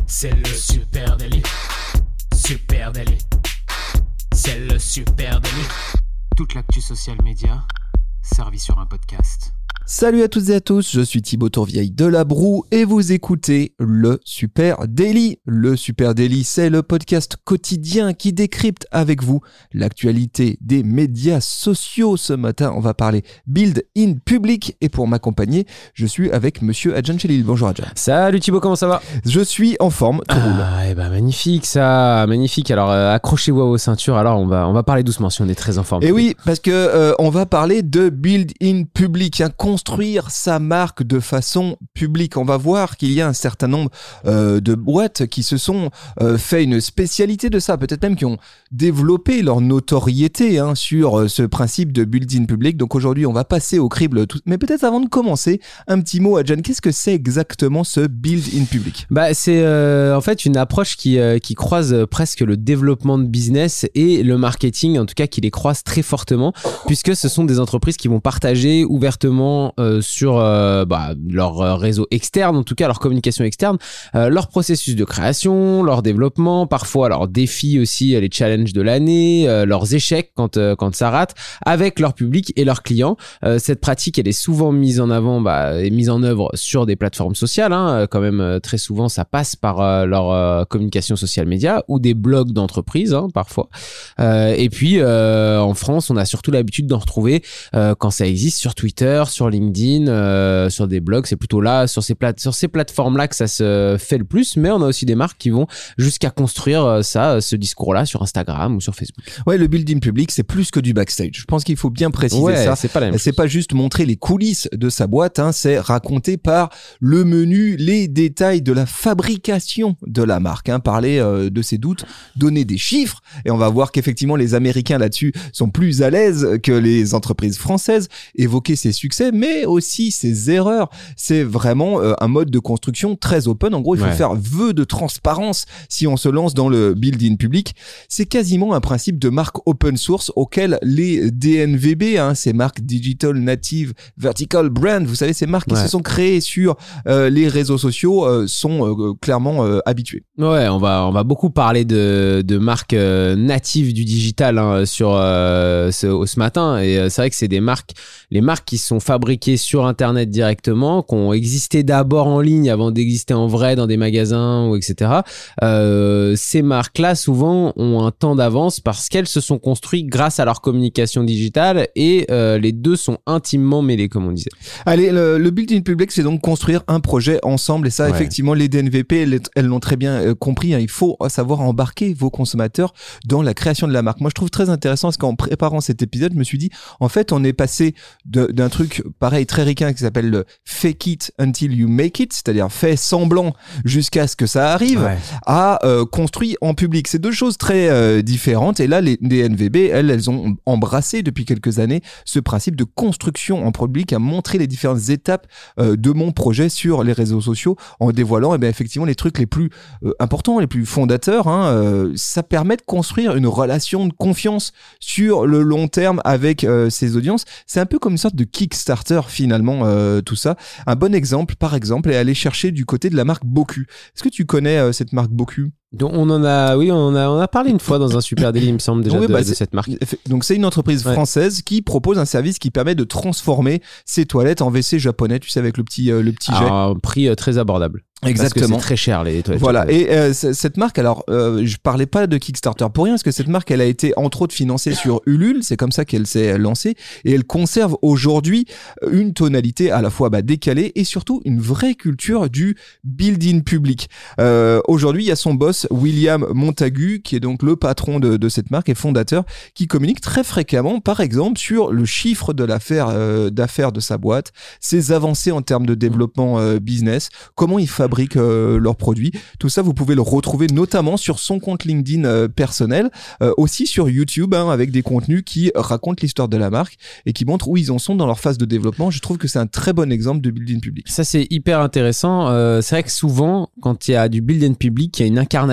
C'est le Super Daily. Super Daily. C'est le Super Daily. Toute l'actu social média servie sur un podcast. Salut à toutes et à tous, je suis Thibaut Tourvieille de La Broue et vous écoutez le Super Daily. Le Super Daily, c'est le podcast quotidien qui décrypte avec vous l'actualité des médias sociaux. Ce matin, on va parler Build in Public et pour m'accompagner, je suis avec monsieur Adjan Chelil. Bonjour Adjan. Salut Thibaut, comment ça va ? Je suis en forme, tout roule. Eh ben magnifique ça, magnifique. Alors accrochez-vous à vos ceintures, alors on va parler doucement si on est très en forme. Et oui, parce que on va parler de Build in Public, construire sa marque de façon publique. On va voir qu'il y a un certain nombre de boîtes qui se sont fait une spécialité de ça, peut-être même qui ont développé leur notoriété sur ce principe de Build in Public. Donc aujourd'hui, on va passer au crible. Mais peut-être avant de commencer, un petit mot, Adjan, qu'est-ce que c'est exactement ce Build in Public ? C'est en fait une approche qui croise presque le développement de business et le marketing, en tout cas qui les croise très fortement, puisque ce sont des entreprises qui vont partager ouvertement sur leur réseau externe, en tout cas leur communication externe, leur processus de création, leur développement, parfois leurs défis aussi, les challenges de l'année, leurs échecs quand ça rate, avec leur public et leurs clients. Cette pratique, elle est souvent mise en avant et mise en œuvre sur des plateformes sociales, quand même très souvent ça passe par leur communication social média ou des blogs d'entreprise parfois. Et puis en France, on a surtout l'habitude d'en retrouver quand ça existe sur Twitter, sur LinkedIn, sur des blogs. C'est plutôt là, sur ces plateformes-là que ça se fait le plus, mais on a aussi des marques qui vont jusqu'à construire ce discours-là sur Instagram ou sur Facebook. Ouais, le Build in Public, c'est plus que du backstage. Je pense qu'il faut bien préciser ça. C'est pas la même chose. C'est pas juste montrer les coulisses de sa boîte, c'est raconter par le menu les détails de la fabrication de la marque, parler de ses doutes, donner des chiffres, et on va voir qu'effectivement les Américains là-dessus sont plus à l'aise que les entreprises françaises, évoquer ses succès, mais aussi ses erreurs. C'est vraiment un mode de construction très open. En gros, il faut faire vœu de transparence si on se lance dans le Build in Public. C'est quasiment un principe de marque open source auquel les DNVB, ces marques Digital Native Vertical Brand, vous savez, ces marques qui se sont créées sur les réseaux sociaux sont clairement habitués. Ouais, on va beaucoup parler de marques natives du digital sur ce matin, et c'est vrai que c'est les marques qui sont fabriquées sur Internet directement, qui ont existé d'abord en ligne avant d'exister en vrai dans des magasins ou etc. Ces marques-là, souvent, ont un temps d'avance parce qu'elles se sont construites grâce à leur communication digitale, et les deux sont intimement mêlés, comme on disait. Allez, le Build in Public, c'est donc construire un projet ensemble, et ça, effectivement, les DNVP, elles l'ont très bien compris. Il faut savoir embarquer vos consommateurs dans la création de la marque. Moi, je trouve très intéressant parce qu'en préparant cet épisode, je me suis dit, en fait, on est passé d'un truc pareil très ricain qui s'appelle le fake it until you make it, c'est-à-dire fait semblant jusqu'à ce que ça arrive, à construit en public. C'est deux choses très différentes, et là les NVB, elles ont embrassé depuis quelques années ce principe de construction en public, à montrer les différentes étapes de mon projet sur les réseaux sociaux en dévoilant effectivement les trucs les plus importants, les plus fondateurs. Ça permet de construire une relation de confiance sur le long terme avec ses audiences. C'est un peu comme une sorte de Kickstarter finalement, tout ça. Un bon exemple, par exemple, est aller chercher du côté de la marque Boku. Est-ce que tu connais cette marque Boku ? Donc on en a parlé une fois dans un Super Daily, il me semble, déjà de cette marque. Donc c'est une entreprise française qui propose un service qui permet de transformer ses toilettes en WC japonais, tu sais, avec le petit jet. À un prix très abordable. Exactement. Parce que c'est très cher les toilettes. Voilà. Et cette marque, alors je parlais pas de Kickstarter pour rien, parce que cette marque, elle a été entre autres financée sur Ulule. C'est comme ça qu'elle s'est lancée, et elle conserve aujourd'hui une tonalité à la fois décalée et surtout une vraie culture du Build in Public. Aujourd'hui, il y a son boss William Montagu, qui est donc le patron de cette marque et fondateur, qui communique très fréquemment, par exemple, sur le chiffre de d'affaires de sa boîte, ses avancées en termes de développement business, comment il fabrique leurs produits. Tout ça, vous pouvez le retrouver notamment sur son compte LinkedIn personnel, aussi sur YouTube, avec des contenus qui racontent l'histoire de la marque et qui montrent où ils en sont dans leur phase de développement. Je trouve que c'est un très bon exemple de Build in Public. Ça, c'est hyper intéressant. C'est vrai que souvent, quand il y a du Build in Public, il y a une incarnation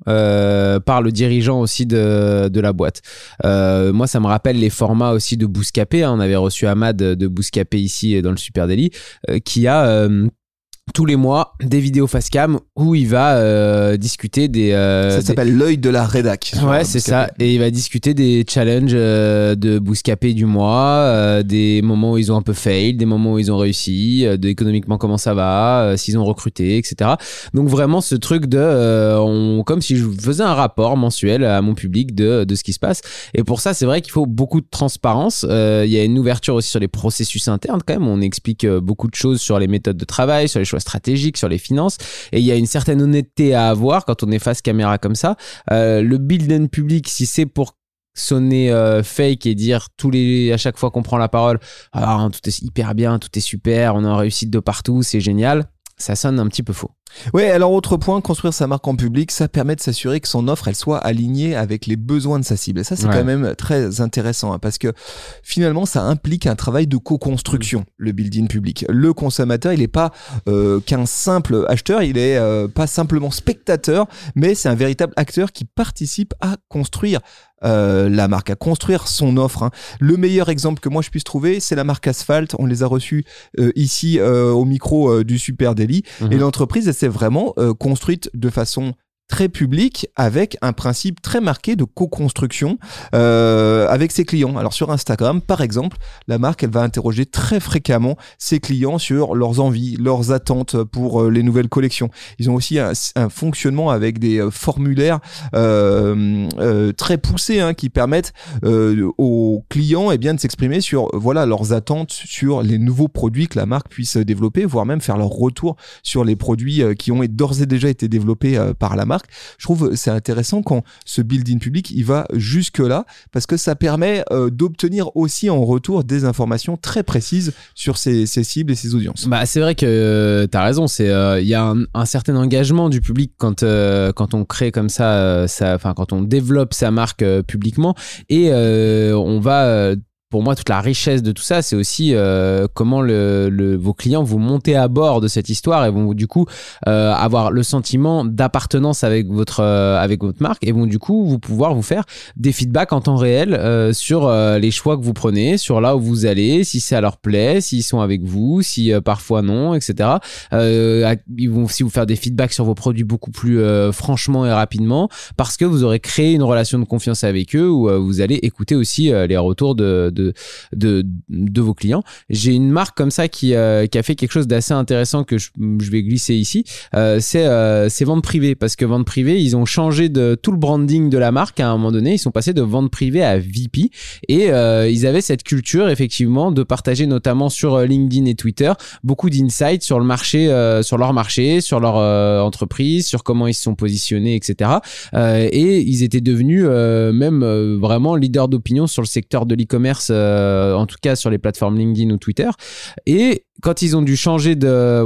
par le dirigeant aussi de la boîte. Moi, ça me rappelle les formats aussi de Bouscapé. On avait reçu Ahmad de Bouscapé ici dans le Super Daily, qui a tous les mois des vidéos face cam où il va discuter ça s'appelle l'œil de la rédac. Ouais, c'est ça. Et il va discuter des challenges de Bouscapé du mois, des moments où ils ont un peu fail, des moments où ils ont réussi, économiquement comment ça va, s'ils ont recruté, etc. Donc vraiment ce truc comme si je faisais un rapport mensuel à mon public de ce qui se passe. Et pour ça, c'est vrai qu'il faut beaucoup de transparence. Il y a une ouverture aussi sur les processus internes quand même. On explique beaucoup de choses sur les méthodes de travail, sur les choix stratégiques, sur les finances, et il y a une certaine honnêteté à avoir quand on est face caméra comme ça. Le build in public, si c'est pour sonner fake et dire à chaque fois qu'on prend la parole, tout est hyper bien, tout est super, on a réussi de partout, c'est génial, ça sonne un petit peu faux. Ouais, alors autre point, construire sa marque en public, ça permet de s'assurer que son offre, elle soit alignée avec les besoins de sa cible. Et ça, c'est quand même très intéressant, parce que finalement, ça implique un travail de co-construction, le build-in public. Le consommateur, il n'est pas qu'un simple acheteur, il est pas simplement spectateur, mais c'est un véritable acteur qui participe à construire la marque, à construire son offre. Le meilleur exemple que moi je puisse trouver, c'est la marque Asphalt. On les a reçus ici au micro du Super Daily. Et l'entreprise, elle s'est vraiment construite de façon très public, avec un principe très marqué de co-construction avec ses clients. Alors sur Instagram, par exemple, la marque, elle va interroger très fréquemment ses clients sur leurs envies, leurs attentes pour les nouvelles collections. Ils ont aussi un fonctionnement avec des formulaires très poussés qui permettent aux clients de s'exprimer sur leurs attentes sur les nouveaux produits que la marque puisse développer, voire même faire leur retour sur les produits qui ont d'ores et déjà été développés par la marque. Je trouve c'est intéressant quand ce build-in public il va jusque là, parce que ça permet d'obtenir aussi en retour des informations très précises sur ses cibles et ses audiences. C'est vrai que t'as raison, il y a un certain engagement du public quand on crée comme ça, quand on développe sa marque publiquement, et on va pour moi, toute la richesse de tout ça, c'est aussi comment vos clients vous montez à bord de cette histoire et vont du coup avoir le sentiment d'appartenance avec votre marque, et vont du coup vous faire des feedbacks en temps réel sur les choix que vous prenez, sur là où vous allez, si ça leur plaît, s'ils sont avec vous, si parfois non, etc. Ils vont aussi vous faire des feedbacks sur vos produits beaucoup plus franchement et rapidement, parce que vous aurez créé une relation de confiance avec eux, où vous allez écouter aussi les retours de vos clients. J'ai une marque comme ça qui a fait quelque chose d'assez intéressant que je vais glisser ici. C'est Vente Privée, parce que Vente Privée, ils ont changé de tout le branding de la marque à un moment donné. Ils sont passés de Vente Privée à VP, et ils avaient cette culture effectivement de partager, notamment sur LinkedIn et Twitter, beaucoup d'insights sur le marché, sur leur marché, sur leur entreprise, sur comment ils se sont positionnés, etc. Et ils étaient devenus vraiment leaders d'opinion sur le secteur de l'e-commerce, en tout cas sur les plateformes LinkedIn ou Twitter. Et quand ils ont dû changer ils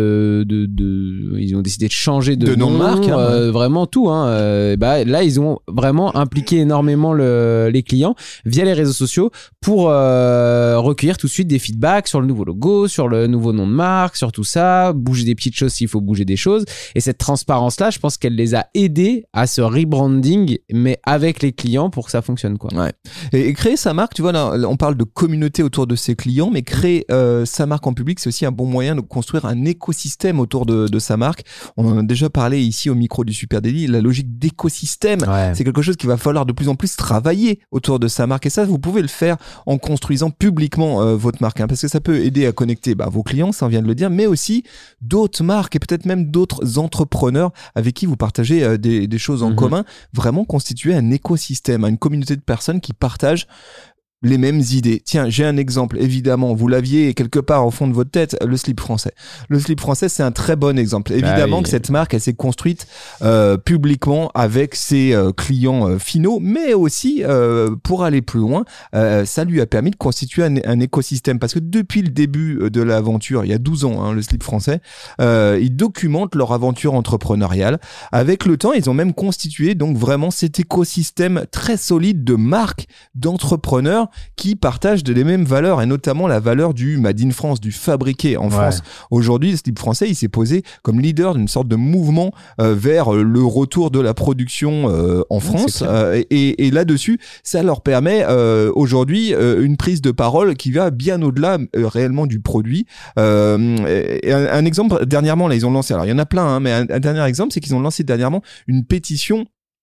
ont décidé de changer de nom de marque, vraiment tout. Là, ils ont vraiment impliqué énormément les clients via les réseaux sociaux pour recueillir tout de suite des feedbacks sur le nouveau logo, sur le nouveau nom de marque, sur tout ça, bouger des petites choses s'il faut bouger des choses. Et cette transparence-là, je pense qu'elle les a aidés à ce rebranding, mais avec les clients, pour que ça fonctionne, quoi. Ouais. Et créer sa marque, tu vois, là, on parle de communauté autour de ses clients, mais créer sa marque en public, c'est aussi un bon moyen de construire un écosystème autour de sa marque. On en a déjà parlé ici au micro du Super Daily. La logique d'écosystème, c'est quelque chose qu'il va falloir de plus en plus travailler autour de sa marque. Et ça, vous pouvez le faire en construisant publiquement votre marque, parce que ça peut aider à connecter vos clients, ça on vient de le dire, mais aussi d'autres marques et peut-être même d'autres entrepreneurs avec qui vous partagez des choses en commun. Vraiment constituer un écosystème, une communauté de personnes qui partagent les mêmes idées. Tiens, j'ai un exemple, évidemment, vous l'aviez quelque part au fond de votre tête, le slip français. Le slip français, c'est un très bon exemple. Évidemment que cette marque, elle s'est construite publiquement avec ses clients finaux, mais aussi, pour aller plus loin, ça lui a permis de constituer un écosystème, parce que depuis le début de l'aventure, il y a 12 ans, le slip français, ils documentent leur aventure entrepreneuriale. Avec le temps, ils ont même constitué donc vraiment cet écosystème très solide de marques, d'entrepreneurs, qui partagent les mêmes valeurs et notamment la valeur du Made in France, du fabriqué en France. Aujourd'hui, le slip français, il s'est posé comme leader d'une sorte de mouvement vers le retour de la production en France. Et là-dessus, ça leur permet aujourd'hui une prise de parole qui va bien au-delà réellement du produit. Un exemple, dernièrement, là, ils ont lancé, alors il y en a plein, hein, mais un dernier exemple, c'est qu'ils ont lancé dernièrement une pétition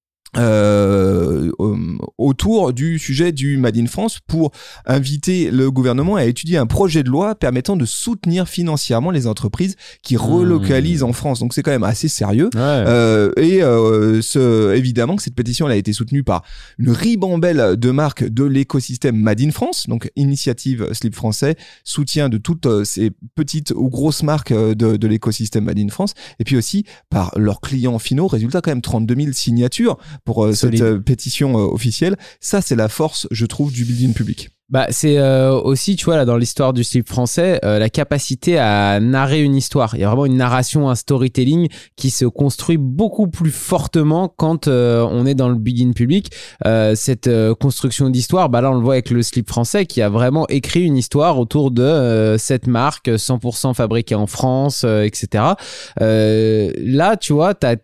autour du sujet du Made in France pour inviter le gouvernement à étudier un projet de loi permettant de soutenir financièrement les entreprises qui relocalisent en France. Donc c'est quand même assez sérieux. Évidemment que cette pétition elle a été soutenue par une ribambelle de marques de l'écosystème Made in France, donc initiative Slip Français, soutien de toutes ces petites ou grosses marques de l'écosystème Made in France, et puis aussi par leurs clients finaux. Résultat, quand même 32 000 signatures pour cette pétition officielle. Ça, c'est la force, je trouve, du building public. Bah, c'est aussi, tu vois, là, dans l'histoire du slip français, la capacité à narrer une histoire. Il y a vraiment une narration, un storytelling qui se construit beaucoup plus fortement quand on est dans le building public. Cette construction d'histoire, bah là, on le voit avec le slip français qui a vraiment écrit une histoire autour de cette marque 100% fabriquée en France, etc. Là, tu vois, t'as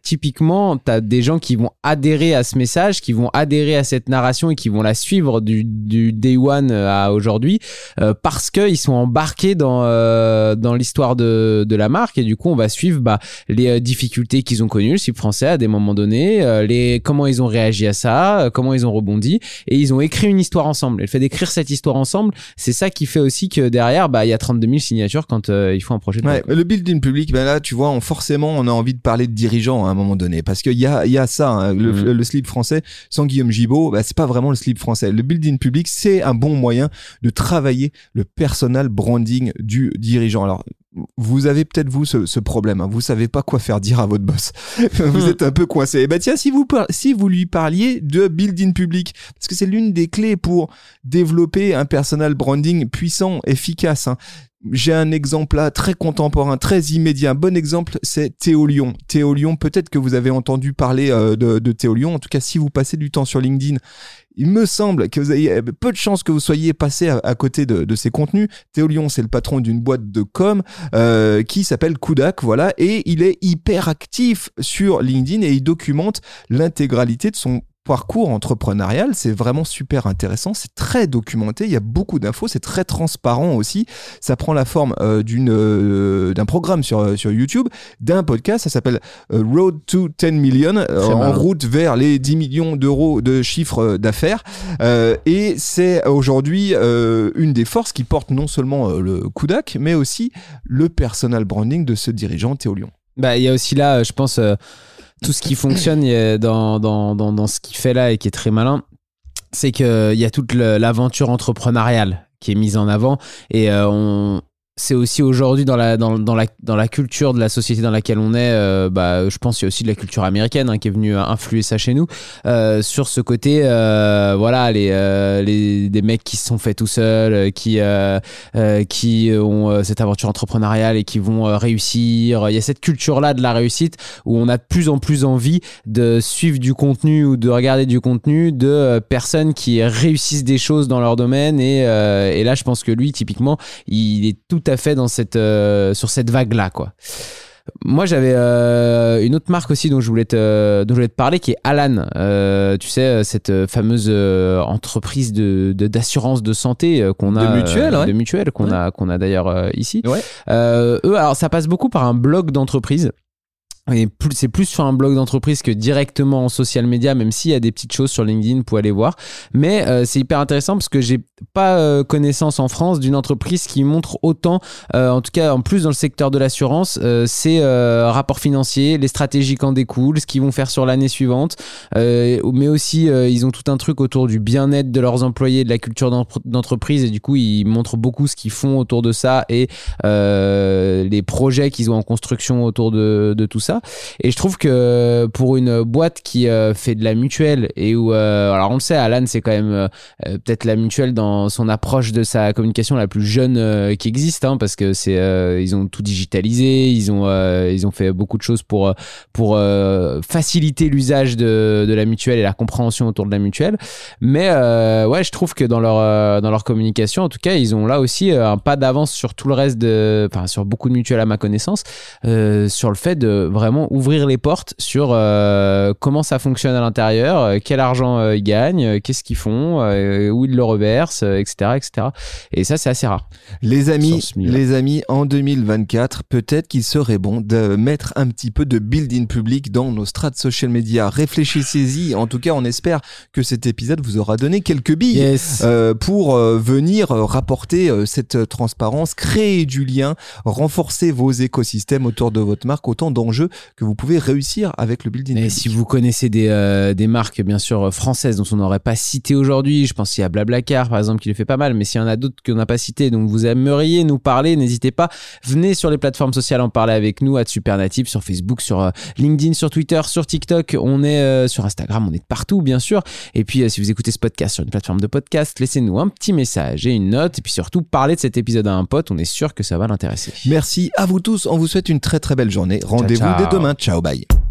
des gens qui vont adhérer à ce message, qui vont adhérer à cette narration et qui vont la suivre du day one à aujourd'hui parce qu'ils sont embarqués dans l'histoire de la marque, et du coup on va suivre les difficultés qu'ils ont connues, le slip français à des moments donnés, comment ils ont réagi à ça, comment ils ont rebondi, et ils ont écrit une histoire ensemble. Et le fait d'écrire cette histoire ensemble, c'est ça qui fait aussi que derrière il y a 32 000 signatures quand il faut un projet de loi. Le building public, là tu vois, forcément on a envie de parler de dirigeants à un moment donné, parce qu'il y a ça, hein, le slip français sans Guillaume Gibault, c'est pas vraiment le slip français. Le building public, c'est un bon moyen de travailler le personal branding du dirigeant. Alors, vous avez peut-être ce problème, hein. Vous savez pas quoi faire dire à votre boss. Vous êtes un peu coincé. Et tiens, si vous lui parliez de building public, parce que c'est l'une des clés pour développer un personal branding puissant, efficace, hein. J'ai un exemple là, très contemporain, très immédiat. Un bon exemple, c'est Théo Lyon. Théo Lyon, peut-être que vous avez entendu parler de Théo Lyon. En tout cas, si vous passez du temps sur LinkedIn, il me semble que vous avez peu de chances que vous soyez passé à côté de ces contenus. Théo Lyon, c'est le patron d'une boîte de com qui s'appelle Kudak, voilà, et il est hyper actif sur LinkedIn et il documente l'intégralité de son parcours entrepreneurial. C'est vraiment super intéressant, c'est très documenté, il y a beaucoup d'infos, c'est très transparent aussi. Ça prend la forme d'un programme sur YouTube, d'un podcast, ça s'appelle Road to 10 Million, en route vers les 10 millions d'euros de chiffre d'affaires, et c'est aujourd'hui une des forces qui porte non seulement le Kudak, mais aussi le personal branding de ce dirigeant Théo Lyon. Il y a aussi là, je pense, tout ce qui fonctionne dans ce qu'il fait là et qui est très malin, c'est qu'il y a toute l'aventure entrepreneuriale qui est mise en avant, et c'est aussi aujourd'hui dans la culture de la société dans laquelle on est, je pense qu'il y a aussi de la culture américaine, hein, qui est venue influer ça chez nous, sur ce côté des mecs qui se sont faits tout seuls, qui ont cette aventure entrepreneuriale et qui vont réussir. Il y a cette culture là de la réussite où on a de plus en plus envie de suivre du contenu ou de regarder du contenu de personnes qui réussissent des choses dans leur domaine, et là je pense que lui typiquement il est tout à fait dans sur cette vague là, quoi. Moi j'avais une autre marque aussi dont je voulais te parler, qui est Alan, tu sais, cette fameuse entreprise d'assurance de santé qu'on a, de mutuelle qu'on a d'ailleurs ici. Eux, alors ça passe beaucoup par un blog d'entreprise. Et c'est plus sur un blog d'entreprise que directement en social media, même s'il y a des petites choses sur LinkedIn pour aller voir. Mais c'est hyper intéressant parce que j'ai pas connaissance en France d'une entreprise qui montre autant, en tout cas en plus dans le secteur de l'assurance, ses rapports financiers, les stratégies qu'en découlent, ce qu'ils vont faire sur l'année suivante. Mais aussi, ils ont tout un truc autour du bien-être de leurs employés, de la culture d'entreprise, et du coup, ils montrent beaucoup ce qu'ils font autour de ça et les projets qu'ils ont en construction autour de tout ça. ça. Et je trouve que pour une boîte qui fait de la mutuelle et où, alors on le sait, Alan, c'est quand même peut-être la mutuelle dans son approche de sa communication la plus jeune qui existe, hein, parce que ils ont tout digitalisé, ils ont fait beaucoup de choses pour faciliter l'usage de la mutuelle et la compréhension autour de la mutuelle. Mais ouais, je trouve que dans leur communication, en tout cas, ils ont là aussi un pas d'avance sur tout le reste sur beaucoup de mutuelles à ma connaissance, sur le fait de vraiment ouvrir les portes sur comment ça fonctionne à l'intérieur, quel argent ils gagnent, qu'est-ce qu'ils font, où ils le reversent, etc., etc. Et ça, c'est assez rare. Les amis, en 2024, peut-être qu'il serait bon de mettre un petit peu de build-in public dans nos strats social media. Réfléchissez-y. En tout cas, on espère que cet épisode vous aura donné quelques billes pour venir rapporter cette transparence, créer du lien, renforcer vos écosystèmes autour de votre marque, autant d'enjeux que vous pouvez réussir avec le build-in public. Et si vous connaissez des marques, bien sûr, françaises dont on n'aurait pas cité aujourd'hui, je pense qu'il y a Blablacar, par exemple, qui le fait pas mal, mais s'il y en a d'autres qu'on n'a pas cité, donc vous aimeriez nous parler, n'hésitez pas, venez sur les plateformes sociales en parler avec nous, @supernatif, sur Facebook, sur LinkedIn, sur Twitter, sur TikTok, on est sur Instagram, on est partout, bien sûr. Et puis, si vous écoutez ce podcast sur une plateforme de podcast, laissez-nous un petit message et une note, et puis surtout, parlez de cet épisode à un pote, on est sûr que ça va l'intéresser. Merci à vous tous, on vous souhaite une très très belle journée. Rendez-vous dès demain. Ciao, bye.